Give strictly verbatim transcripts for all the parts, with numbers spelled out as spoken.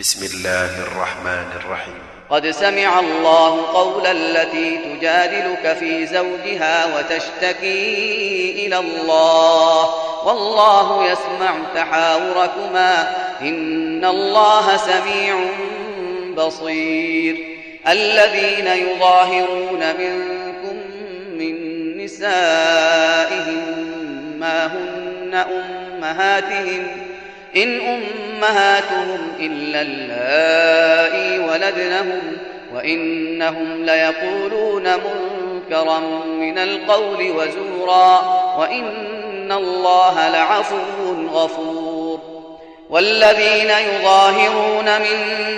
بسم الله الرحمن الرحيم. قد سمع الله قول التي تجادلك في زوجها وتشتكي إلى الله والله يسمع تحاوركما إن الله سميع بصير. الذين يظاهرون منكم من نسائهم ما هن أمهاتهم إن أمهاتهم إلا اللائي ولدنهم وإنهم ليقولون منكرا من القول وزورا وإن الله لعفو غفور. والذين يظاهرون من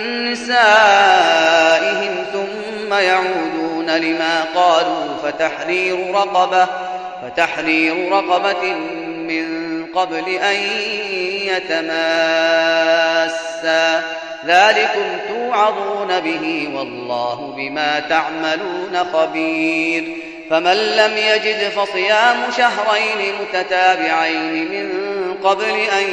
نسائهم ثم يعودون لما قالوا فتحرير رقبة فتحرير رقبة من قبل أن يتماسا ذلكم توعظون به والله بما تعملون خبير. فمن لم يجد فصيام شهرين متتابعين من قبل أن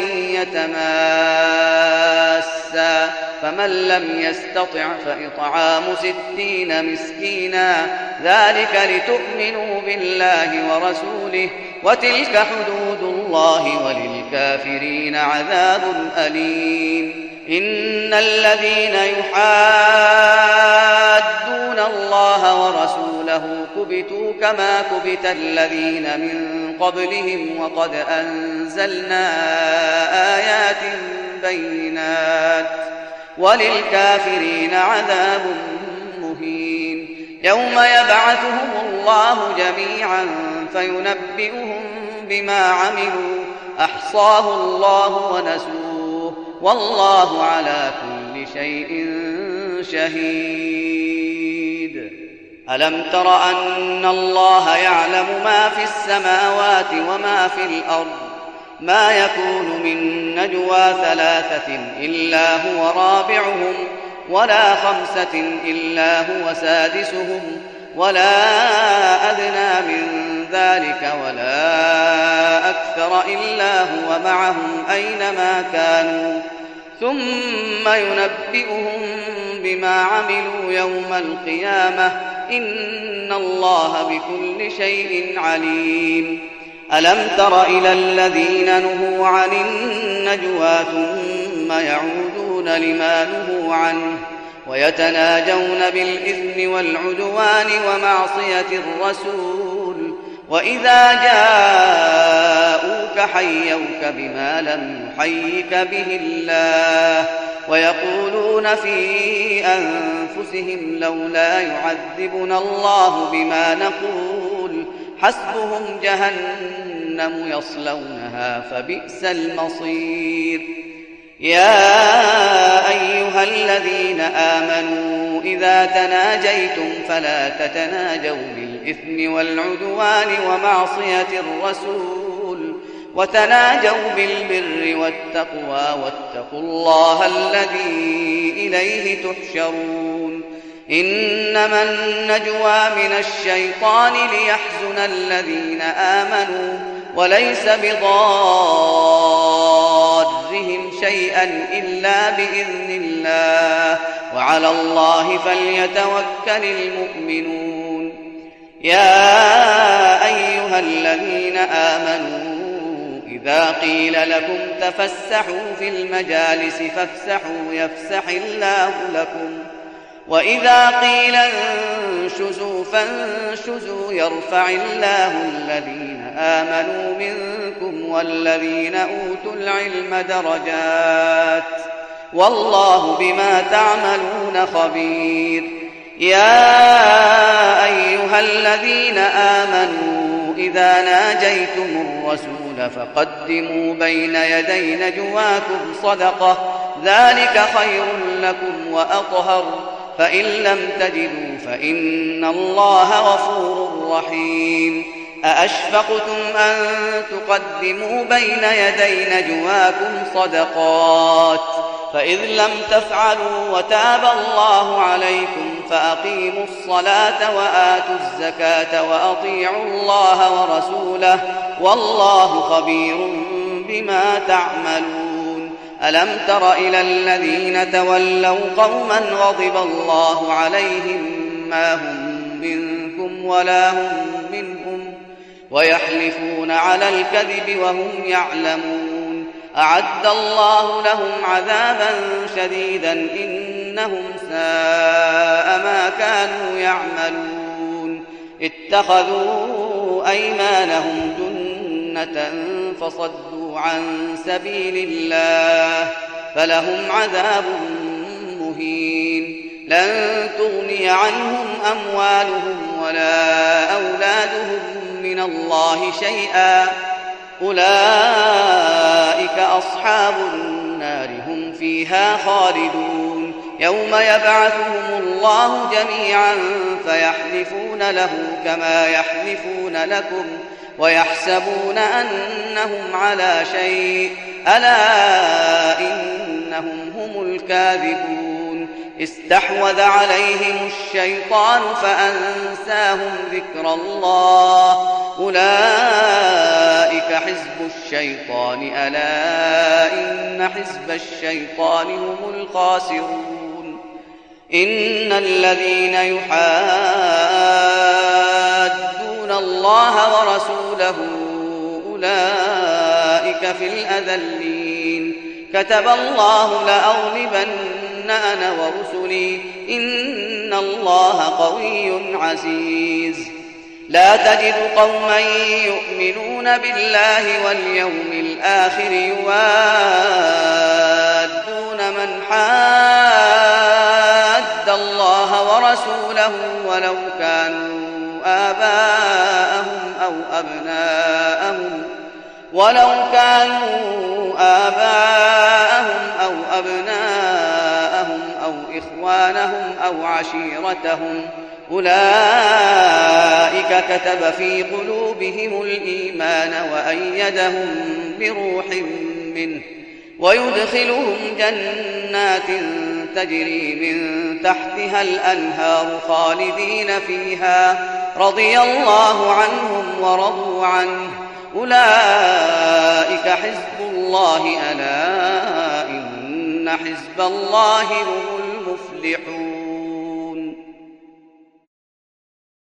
يتماسا فمن لم يستطع فإطعام ستين مسكينا ذلك لتؤمنوا بالله ورسوله وتلك حدود الله وللكافرين عذاب أليم. إن الذين يحادون الله ورسوله كبتوا كما كبت الذين من قبلهم وقد أنزلنا آيات بينات وللكافرين عذاب مهين. يوم يبعثهم الله جميعا فينبئهم بما عملوا أحصاه الله ونسوه والله على كل شيء شهيد. ألم تر أن الله يعلم ما في السماوات وما في الأرض ما يكون من نجوى ثلاثة إلا هو رابعهم ولا خمسة إلا هو سادسهم ولا أدنى من ذلك ولا أكثر إلا هو معهم أينما كانوا ثم ينبئهم بما عملوا يوم القيامة إن الله بكل شيء عليم. ألم تر إلى الذين نهوا عن النجوى ثم يعودون لما نهوا عنه ويتناجون بالإثم والعدوان ومعصية الرسول وإذا جاءوك حيوك بما لم يحيك به الله ويقولون في أنفسهم لولا يعذبنا الله بما نقول حسبهم جهنم يصلونها فبئس المصير. يا أيها الذين آمنوا إذا تناجيتم فلا تتناجوا بالإثم والعدوان ومعصية الرسول وتناجوا بالبر والتقوى واتقوا الله الذي إليه تحشرون. إنما النجوى من الشيطان ليحزن الذين آمنوا وليس بضارهم شيئا إلا بإذن الله وعلى الله فليتوكل المؤمنون. يا أيها الذين آمنوا إذا قيل لكم تفسحوا في المجالس فافسحوا يفسح الله لكم وإذا قيل انشزوا فانشزوا يرفع الله الذين آمنوا منكم والذين أوتوا العلم درجات والله بما تعملون خبير. يا أيها الذين آمنوا إذا ناجيتم الرسول فقدموا بين يدي نجواكم صدقة ذلك خير لكم وأطهر فإن لم تجدوا فإن الله غفور رحيم. أأشفقتم أن تقدموا بين يدي نجواكم صدقات فإذ لم تفعلوا وتاب الله عليكم فأقيموا الصلاة وآتوا الزكاة وأطيعوا الله ورسوله والله خبير بما تعملون. ألم تر إلى الذين تولوا قوما غضب الله عليهم ما هم منكم ولا هم منهم ويحلفون على الكذب وهم يعلمون أعد الله لهم عذابا شديدا إنهم ساء ما كانوا يعملون اتخذوا أيمانهم جنة فصدوا عن سبيل الله فلهم عذاب مهين لن تغني عنهم أموالهم ولا أولادهم من الله شيئا أولئك أصحاب النار هم فيها خالدون يوم يبعثهم الله جميعا فيحلفون له كما يحلفون لكم ويحسبون أنهم على شيء ألا إنهم هم الكاذبون استحوذ عليهم الشيطان فأنساهم ذكر الله أولئك حزب الشيطان ألا إن حزب الشيطان هم الخاسرون إن الذين يحادون الله ورسوله أولئك في الأذلين كتب الله لأغلبن أنا ورسلي إن الله قوي عزيز لا تجد قوما يؤمنون بالله واليوم الآخر يوادون من حاد الله ورسوله ولو كانوا آباءهم أو أبناءهم ولو كانوا آباءهم أو أبناءهم أو إخوانهم أو عشيرتهم أولئك كتب في قلوبهم الإيمان وأيدهم بروح منه ويدخلهم جنات تجري من تحتها الأنهار خالدين فيها رضي الله عنهم ورضوا عنه أولئك حزب الله ألا إن حزب الله هم المفلحون.